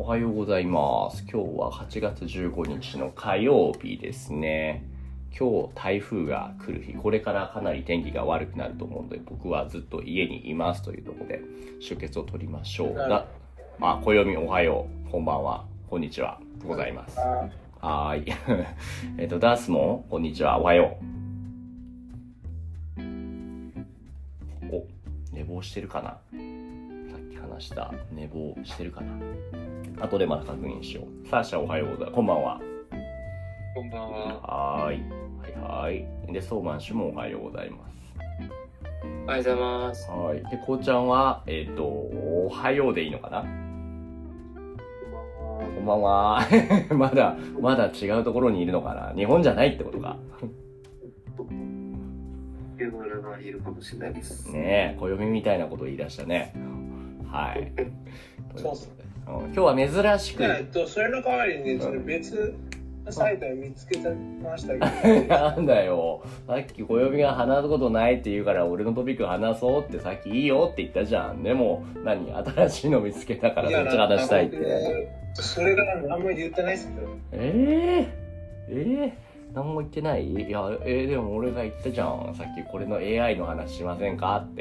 はようございます。今日は8月15日の火曜日ですね。今日台風が来る日、これからかなり天気が悪くなると思うので、僕はずっと家にいますというところで出血を取りましょう。暦おはよう、こんばんは、こんにちは、ございます。はーい。ダースもこんにちは、おはよう。お、寝坊してるかな？話した寝坊してるかな。後でまた確認しよう。サーシャおはようございます。こんばんは。 こんばんは。 はいはい。でソーマン氏もおはようございます。 おはようございます。 はい。でこうちゃんはおはようでいいのかな。こんばんは。まだ違うところにいるのかな。日本じゃないってことか。 いるかもしれないです。 ねえ、暦みたいなことを言い出したね。はい。 そうっすね。 今日は珍しく。 それの代わりに別のサイトを見つけましたけど。 なんだよ。さっき暦が話すことないって言うから俺のトピック話そうってさっきいいよって言ったじゃん。でも新しいの見つけたからそっち話したいって。 それが何も言ってないっすけど。 何も言ってない？いや、でも俺が言ったじゃん。さっきこれの AI の話しませんかって。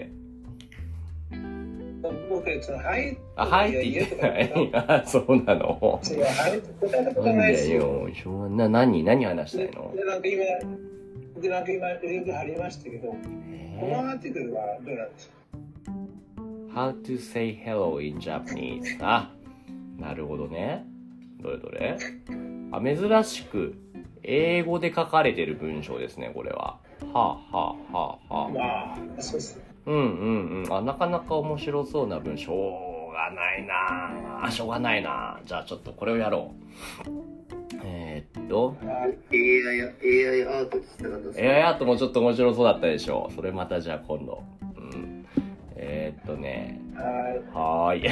僕はいって言ってない。あ、そうなの。 はい答えたことないですよ。 何話したいの？ なんか今リンク貼りましたけど、このアーティクルはどうなんですか？ How to say hello in Japanese。 あ、なるほどね。どれあ、珍しく英語で書かれてる文章ですね、これは。まあ、そうですね。 あ、なかなか面白そうな文章。しょうがないな。じゃあちょっとこれをやろう。 AI アート聞きたかったです。 AI アートもちょっと面白そうだったでしょ。それまたじゃあ今度。はーい。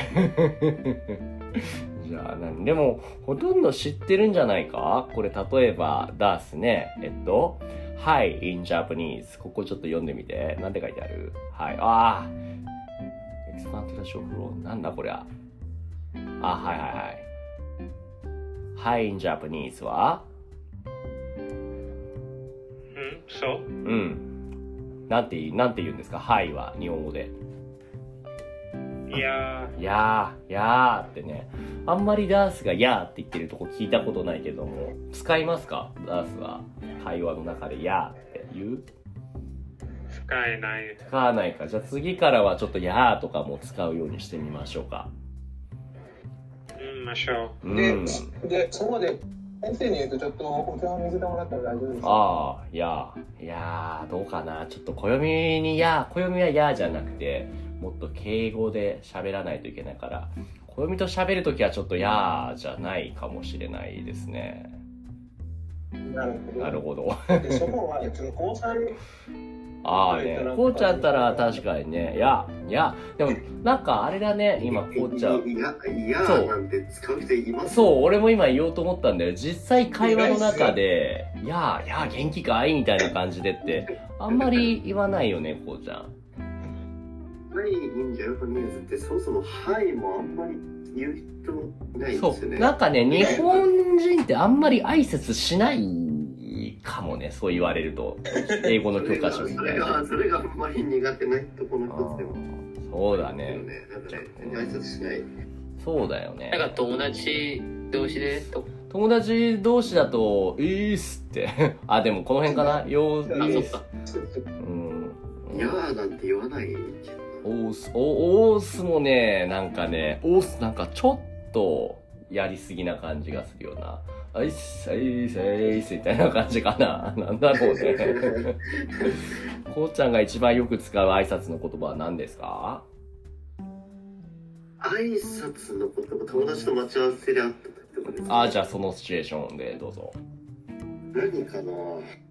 じゃあでもほとんど知ってるんじゃないか。これ例えばダースね。Hi in Japanese。ここちょっと読んでみて。なんて書いてある？はい。expand the show flow。なんだこりゃ。はい。Hi in Japanese は？ そう？ なんて言うんですか？ Hi は日本語で。やーってね。あんまりダースがやーって言ってるとこ聞いたことないけども、使いますか？ダースは会話の中でやーって言う？ 使わないか。じゃあ次からはちょっとやーとかも使うようにしてみましょうか。 で、そこで先生に言うとちょっとお茶を水でもらったら大丈夫ですか？ どうかな。ちょっと暦はやーじゃなくて、もっと敬語で喋らないといけないから、暦と喋るときはちょっとやーじゃないかもしれないですね。なるほど。 でそこは高3 こうちゃんったら確かにね、でもなんかあれだね、今こうちゃん。 なんて使う人います？ そう、俺も今言おうと思ったんだよ。実際会話の中で、元気かいみたいな感じでって、あんまり言わないよね、こうちゃん。 はい、インジャパニーズってそもそもはいもあんまり言う人いないですよね。 そう、なんかね、日本人ってあんまり挨拶しないかもね、そう言われると。英語の教科書みたいな。 それがあんまり苦手なところの一つでも。 そうだね。 挨拶しない。 そうだよね。 なんか友達同士だと、いいっすって。でもこの辺かな。 そっか。 なんて言わない。 オースもね、なんかちょっとやりすぎな感じがするような。アイスみたいな感じかな。なんだろうね。こうちゃんが一番よく使う挨拶の言葉は何ですか？ 挨拶の言葉、友達と待ち合わせであった時とかですか？ じゃあそのシチュエーションでどうぞ。 何かな？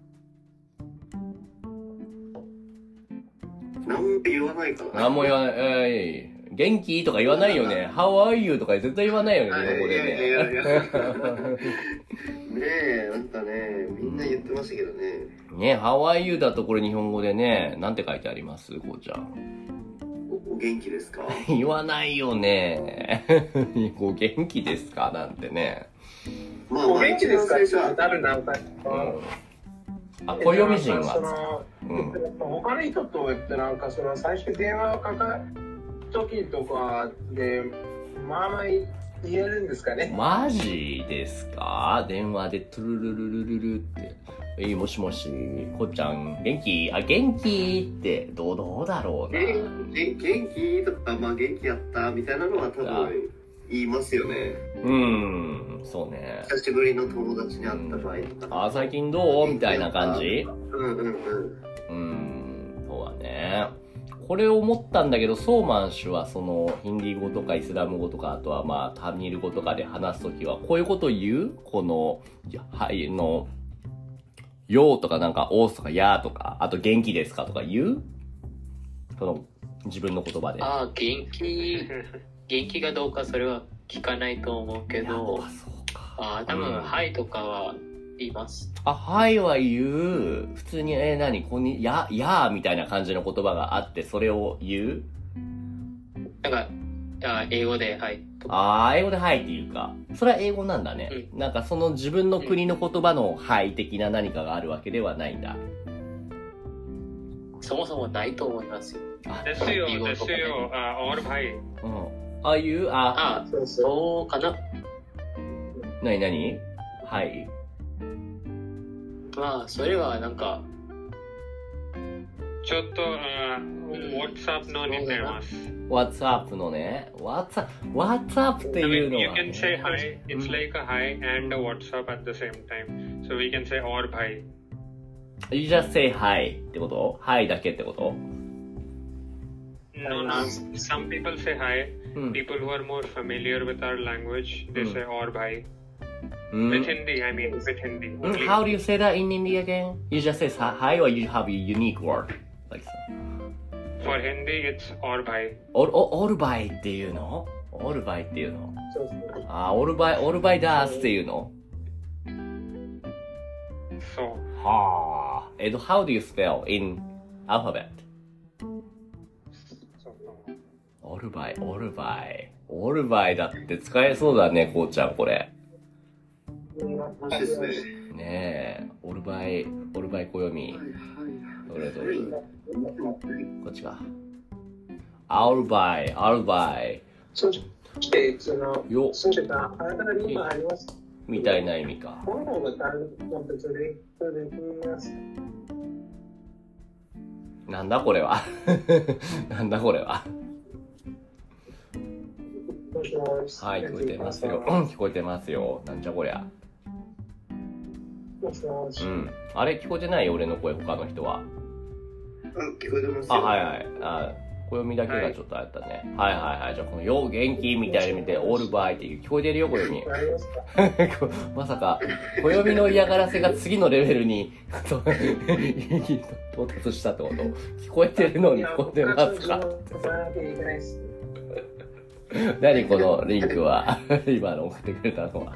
何も言わないかな。 何も言わない。元気とか言わないよね。How are you とか絶対言わないよね、日本語でね。 なんかね、みんな言ってましたけどね。 How are you だとこれ日本語でね、なんて書いてあります？こうちゃん。 おお元気ですか？ 言わないよね。お元気ですかなんてね。 まお元気ですか一番最初はなるなんか、 あ、暦人そは。 の、他の人となんかその最初電話をかかる時とかでまあまあ言えるんですかね。 マジですか？電話でトゥルルルルルルって。もしもし、こっちゃん、元気？あ、元気って、どうだろうな。 元気とか、まあ元気やったみたいなのは多分言いますよね。 そうね。 久しぶりの友達に会った場合とか。 あ、最近どうみたいな感じ？そうだね。これを思ったんだけど、ソーマン氏はそのヒンディー語とかイスラム語とか、あとはまあタミル語とかで話すときは、こういうこと言う？この、はいの、よーとかなんか、おーとかやーとか、あと元気ですかとか言う？その、自分の言葉で。 ああ、元気がどうかそれは聞かないと思うけど、 そうか。 多分、はいとかは言います。 あ、はいは言う。普通に、何こんに、やーみたいな感じの言葉があって、それを言う？ なんか、英語ではいとか。 英語ではいっていうか。それは英語なんだね。なんかその自分の国の言葉のはい的な何かがあるわけではないんだ。 そもそもないと思いますよ。 ですよ、और भाई。 ああいう、 そうかな。 なにはい。 まあ、それはなんか、 ちょっと、WhatsApp の似てます。 WhatsApp のね。WhatsApp っていうのは、ね。 You can say hi, it's like a hi and a WhatsApp at the same time. So we can say और भाई. You just say hi ってこと？ hi だけってこと？ No, some people say hi. People who are more familiar with our language, they say और भाई. With Hindi, I mean, with Hindi. How do you say that in Hindi again? You just say hi or you have a unique word? Like so. For Hindi, it's और भाई. और भाईっていうの？और भाईっていうの？और भाईだーっていうの？ So. And how do you spell in alphabet? オルバイだって使えそうだね、こうちゃん、これ。ねえ、オルバイ暦。どれ。こっちか。アルバイ。 そして、そうした、あなたが今あります。 みたいな意味か。なんだこれは。はい、聞こえてますよ。聞こえてますよ。なんじゃこりゃ。あれ聞こえてない俺の声、他の人は。 聞こえてますよ。 はい。暦だけがちょっとあったね。はい。じゃあこのよ元気みたいな意味でオールバイっていう聞こえてるよ、暦。まさか、暦の嫌がらせが次のレベルに到達したってこと？聞こえてるのに聞こえてますか？何このリンクは？今の送ってくれたのは。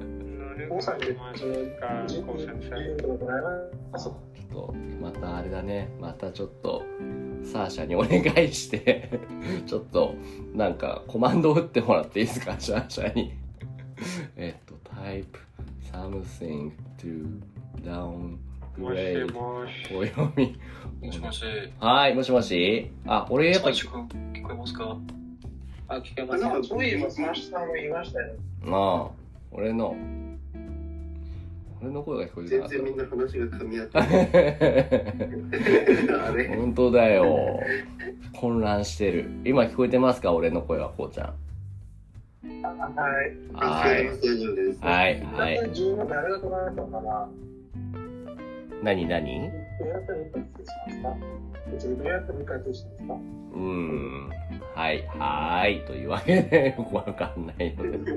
ちょっとまたあれだね、またちょっとサーシャにお願いしてちょっとなんかコマンドを打ってもらっていいですか、サーシャにtype something to downgrade 暦。 もしもし。 はい、もしもし。俺やっぱ聞こえますか？ 聞こえます。 そういえば、サーシさんも言いましたよ。 俺の声が聞こえてた。 全然みんな話が噛み合って本当だよ。混乱してる。今聞こえてますか？俺の声は、こうちゃん。 はい。 何はいというわけでよくわかんないので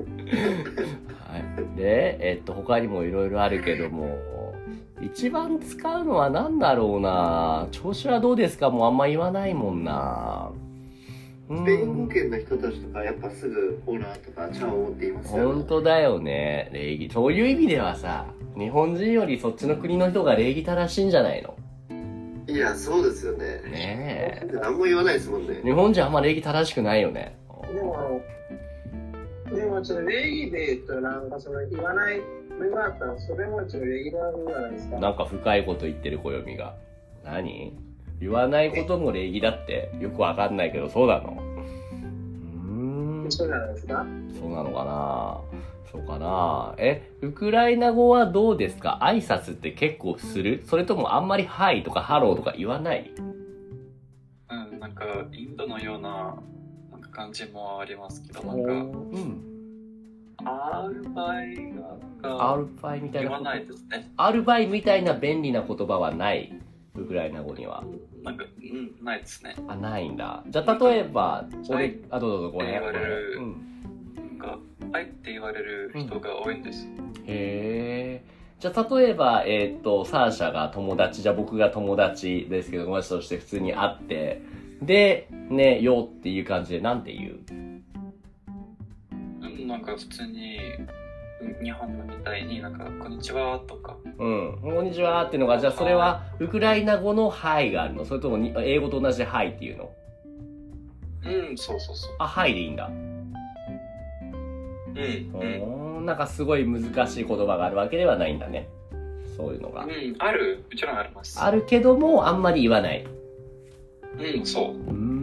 で、他にもいろいろあるけども、一番使うのは何だろうな。調子はどうですかもうあんま言わないもんな。 スペイン語圏の人たちとかやっぱすぐホラーとかチャオって言いますよね。 本当だよね。礼儀。そういう意味ではさ、日本人よりそっちの国の人が礼儀正しいんじゃないの？ いいや、そうですよね。 ね何も言わないですもんね。 日本人あんま礼儀正しくないよね。 でもちょっと礼儀で言うとなんかその言わないのがあったらそれもちょっと礼儀があるじゃないですか。 なんか深いこと言ってる暦が。何？言わないことも礼儀だってよくわかんないけどそうなの？ そうじゃないですか？ そうなのかな？そうかな？ウクライナ語はどうですか？挨拶って結構する？それともあんまりはいとかハローとか言わない？ うん、なんかインドのような感じもありますけど、なんか、アルバイがアルバイみたいな言わないですね。 アルバイみたいな便利な言葉はないウクライナ語には。 なんか、ないですね。 あ、ないんだ。じゃあ例えば俺、どうぞごめん。 なんか、はいって言われる人が多いんです。 へー。じゃあ例えばサーシャが友達、じゃあ僕が友達ですけど友達として普通に会ってでねよっていう感じでなんて言う？ なんか普通に日本みたいになんかこんにちはとか。 こんにちはっていうのがじゃあそれはウクライナ語のはいがあるの？それとも英語と同じではいっていうの？ そう。 あ、はいでいいんだ。なんかすごい難しい言葉があるわけではないんだね。そういうのが。 もちろんあります。 あるけどもあんまり言わない。 そう。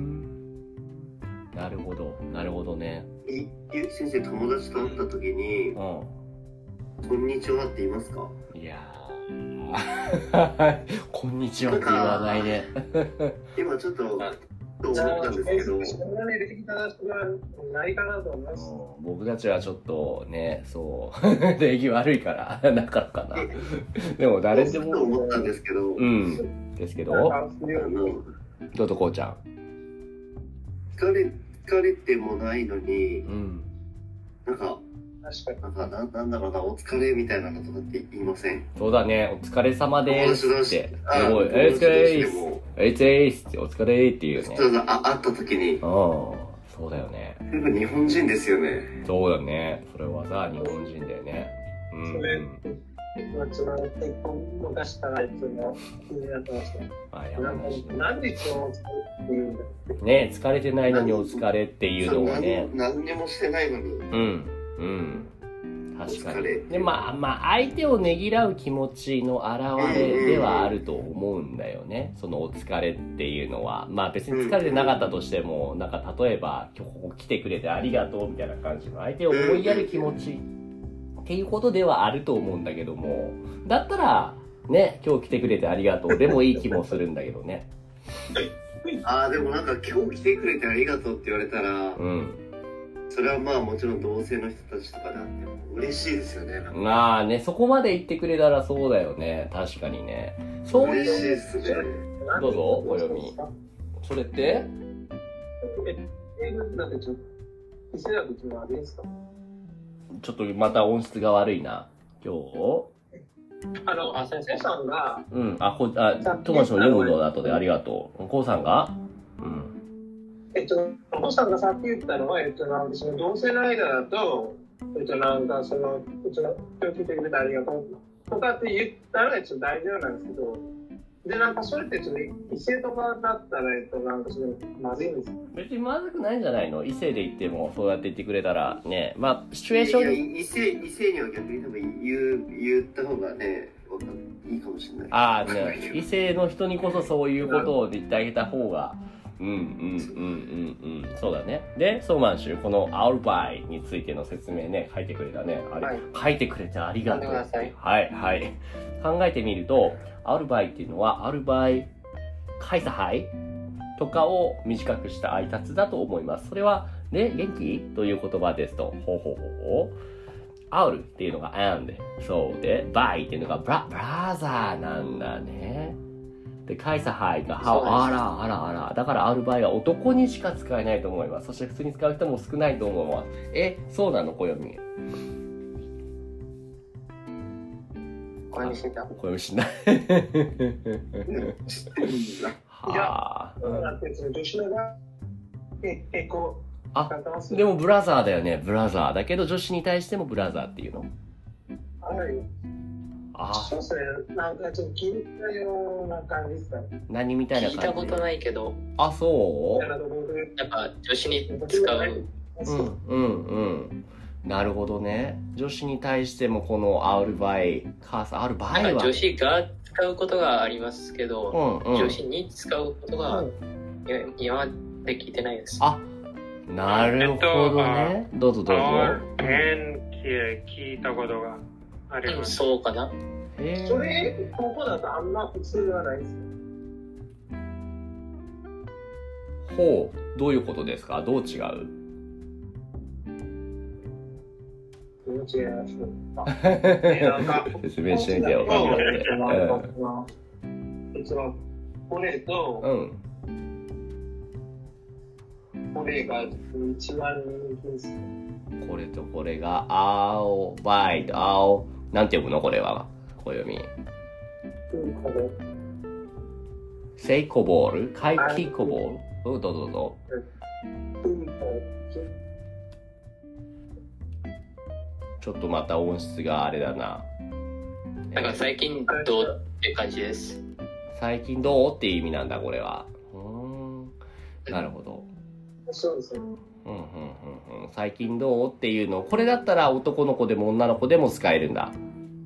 なるほどね。 ゆうき先生、友達と会った時に、こんにちはって言いますか？ いやーこんにちはって言わないね。 今ちょっと思ったんですけど、 ないかなと思います。 僕たちはちょっとね、そう礼儀悪いからなかったかな。でも誰でもと思ったんですけど、 ですけど、どうぞこうちゃん。 疲れてもないのに、なんだろうな、お疲れみたいなのとかって言いません？ そうだね、お疲れ様ですって。 お疲れですってお疲れっていうね。 会った時に。 そうだよね。 やっぱ日本人ですよね。 そうだね。それはさ、日本人だよね。 昔からいつも気になってました。なんでいつも疲れてるんだね、疲れてないのにお疲れっていうのはね。 何にもしてないのに。 確かに。で、まあ、相手をねぎらう気持ちの表れではあると思うんだよね。そのお疲れっていうのは。まあ別に疲れてなかったとしても、なんか例えば、今日ここ来てくれてありがとうみたいな感じの相手を思いやる気持ちっていうことではあると思うんだけども、だったら、ね、今日来てくれてありがとうでもいい気もするんだけどね。 でもなんか今日来てくれてありがとうって言われたら、それはまあもちろん同性の人たちとかであっても嬉しいですよね。 まあね、そこまで言ってくれたらそうだよね。確かにね。そういう。 嬉しいですね。 どうぞ、お読み。それって英語だってちょっと、伊勢崎君はあれですか？ ちょっとまた音質が悪いな。今日先生さんが、 トマスの読むのだとでありがとう。コウさんがコウさんがさっき言ったのは、なんかその同性の間だと、なんかその、今日来てくれてありがとうとかって言ったらちょっと大丈夫なんですけど、で、なんかそれってちょっと異性とかだったら、なんかそれまずいんですか？ 別にまずくないんじゃないの？異性で言ってもそうやって言ってくれたらね、まあシチュエーション異性には逆に多分言った方がね、いいかもしれない。 ね、異性の人にこそそういうことを言ってあげた方が、そうだね。で、ソーマンシュ、このアルバイについての説明ね、書いてくれたね。書いてくれてありがとう。はい。考えてみると、アルバイっていうのは、アルバイ、カイサハイとかを短くした挨拶だと思います。それは、ね、元気という言葉ですと、アウルっていうのが and、そうで、バイっていうのがブラザーなんだね。で、カイサハイがあら。だからアルバイは男にしか使えないと思います。そして普通に使う人も少ないと思います。そうなの？暦。暦しない。でもブラザーだよね。ブラザーだけど女子に対してもブラザーっていうの。 そうですね。なんかちょっと聞いたような感じですかね。 何みたいな感じ？ 聞いたことないけど。 あ、そう？ なんか女子に使う。 なるほどね。女子に対してもこのアウルバイ、カーサー、アウルバイは女子が使うことがありますけど、女子に使うことが今まで聞いてないです。 あ、なるほどね。どうぞどうぞ。 聞いたことがあります。 そうかな。 それ、ここだとあんま普通はないですか？ ほう、どういうことですか？どう違う？ 違います。 説明してみてよ。 これと、これが一番人気です。 これとこれが青バイと青、なんて読むのこれは？小読み。セイコボール？カイキコボール？どうぞどうぞ。ちょっとまた音質があれだな。 なんか最近どうって感じです。 最近どうっていう意味なんだこれは。なるほど。 そうですね。 最近どうっていうの、これだったら男の子でも女の子でも使えるんだ。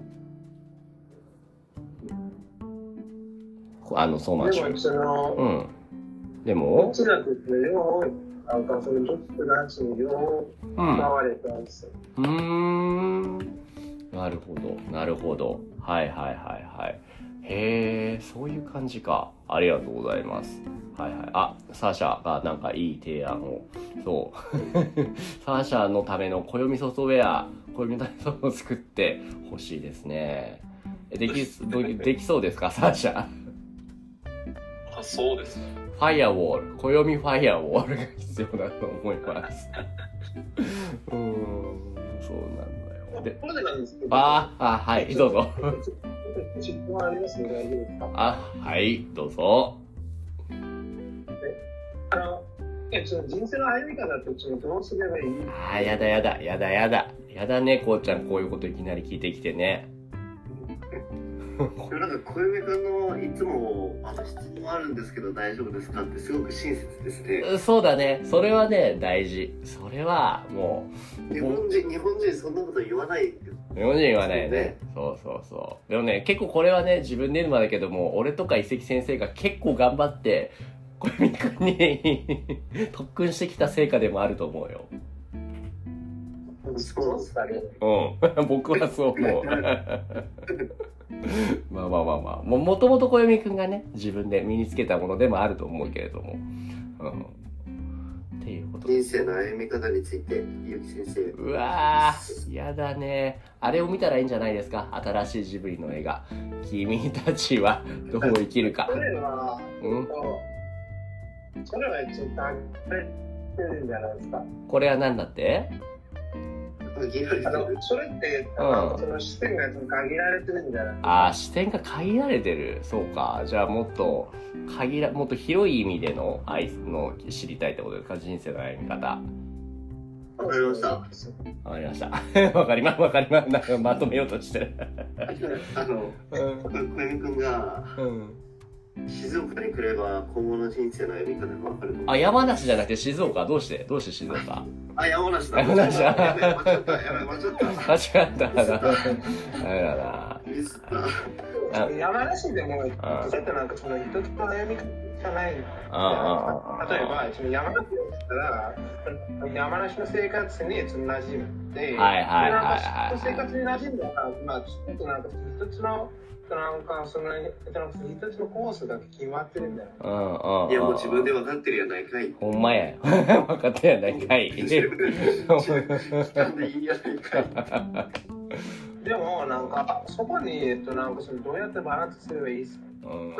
そうなんでしょう。でもこちらと両なんかその女子と男子に両回れたんですよ。 なるほどなるほど。はいはいはいはい。へえ、そういう感じか。ありがとうございます。はいはい。あ、サーシャがなんかいい提案を。そう。サーシャのための暦ソフトウェア、暦体操を作ってほしいですね。できそうですか、サーシャ？ あ、そうですね。 ファイアウォール、暦ファイアウォールが必要だと思います。そうなんだよ。はい、どうぞ。 質問ありますね、大丈夫ですか？ はい、どうぞ。 人生の歩み方ってどうすればいい？ やだね、こうちゃん、こういうこといきなり聞いてきてね。 なんか小夢君のいつも質問あるんですけど大丈夫ですかってすごく親切ですね。 そうだね、それはね大事。それはもう日本人そんなこと言わないよ。 日本人言わないね。そうでもね、結構これはね自分で言うのもだけども、俺とか遺跡先生が結構頑張って小夢君に特訓してきた成果でもあると思うよ。 そうですかね。 僕はそう思う。まあもともと小読くんがね自分で身につけたものでもあると思うけれども、っていうこと人生の歩み方についてゆき先生。 うわー、やだね。あれを見たらいいんじゃないですか、新しいジブリの映画、君たちはどう生きるか。 それは一応考えてるんじゃないですか。 これは何だって？ それってその視点が限られてるんじゃない？ 視点が限られてる。そうか。じゃあもっと広い意味での愛の知りたいってことですか？人生の歩み方。 わかりました。 わかります。なんかまとめようとしてる。 小泉君が静岡に来れば今後の人生の歩み方がわかる。 山梨じゃなくて静岡。どうして静岡？ 山梨だ。 間違った。 山梨でもちょっとなんかその一つの悩みじゃない。例えば山梨だったら山梨の生活に馴染んで、生活に馴染んだらちょっとなんか一つのなんかその一つのコースが決まってるんだよ。 いやもう自分で分かってるやないかい。 ほんまや。分かってるやないかい。 自分でいいやないかい。 でもなんかそこになんかそのどうやってバランスすればいいですか？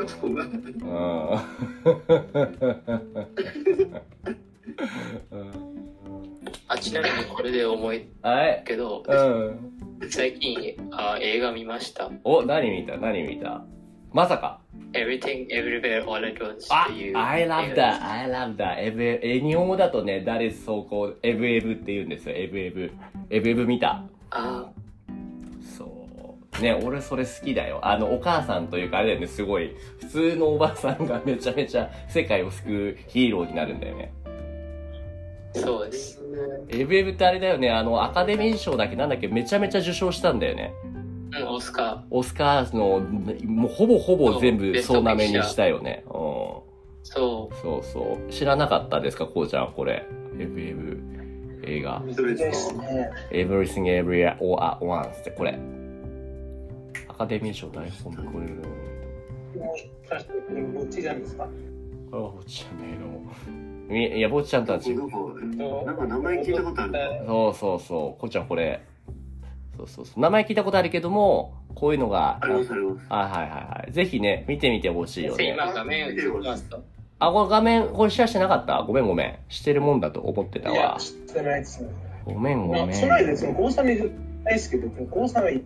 ちなみにこれで思いけど、最近映画見ました。 何見た？まさか Everything Everywhere All at Once っていう。 I love that。日本語だとね、That is so called エブエブって言うんですよ。エブエブ見た？ そう。 ね、俺それ好きだよ。お母さんというかあれだよね、すごい、普通のおばさんがめちゃめちゃ世界を救うヒーローになるんだよね。 そうです。 エブエブってあれだよね、アカデミー賞だけなんだっけ、めちゃめちゃ受賞したんだよね。 うん、オスカーの、もうほぼほぼ全部総なめにしたよね。 そうそう。知らなかったですか、こうちゃん、これ。エブエブ映画。Everything Everywhere All at Once ってこれ。アカデミー賞大本部これ。 これぼっちじゃんですか？ これはぼっちじゃねえの。いや、ぼっちゃんたち。 なんか名前聞いたことある。 そう。こうちゃんこれ。そう。名前聞いたことあるけども、こういうのが。 あります。 はい。ぜひね、見てみてほしいよね。 今画面を見てますと。 これ画面、これシェアしてなかった？ごめん。してるもんだと思ってたわ。いや、してないですね。 ごめん。 その間、その、ゴーさんにないですけど、ゴーさんはいい。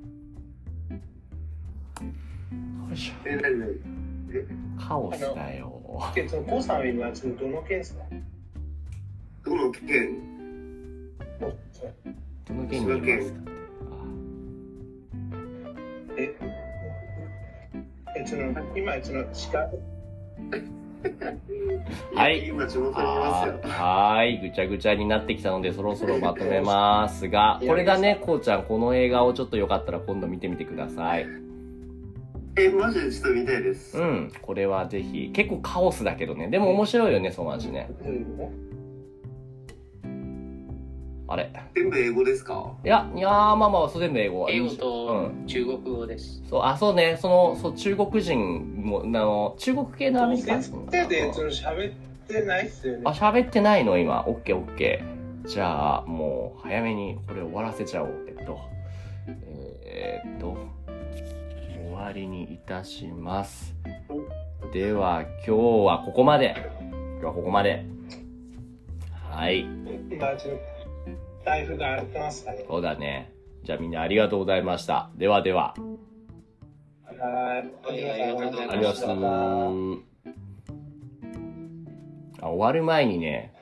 カオスだよ。 そのゴーさんは今、どの県ですか？ どの県にいますか？ 今、 はい。 今地元にいますよ。 はい。ぐちゃぐちゃになってきたので、そろそろまとめますが、これがね、こうちゃん、この映画をちょっとよかったら今度見てみてください。 マジでちょっと見たいです。 うん。これはぜひ。結構カオスだけどね。でも面白いよね、その味ね。あれ全部英語ですか？ いや、まあ、そう全部英語。 英語と中国語です。 そうね、中国人も、中国系のアメリカ人。 で、喋ってないっすよね。 喋ってないの今。オッケー。じゃあ、もう、早めにこれ終わらせちゃおう。終わりにいたします。では、今日はここまで。はい。 台風が荒れてますかね。 そうだね。じゃあみんなありがとうございました。では。 はい。ありがとうございました。 終わる前にね、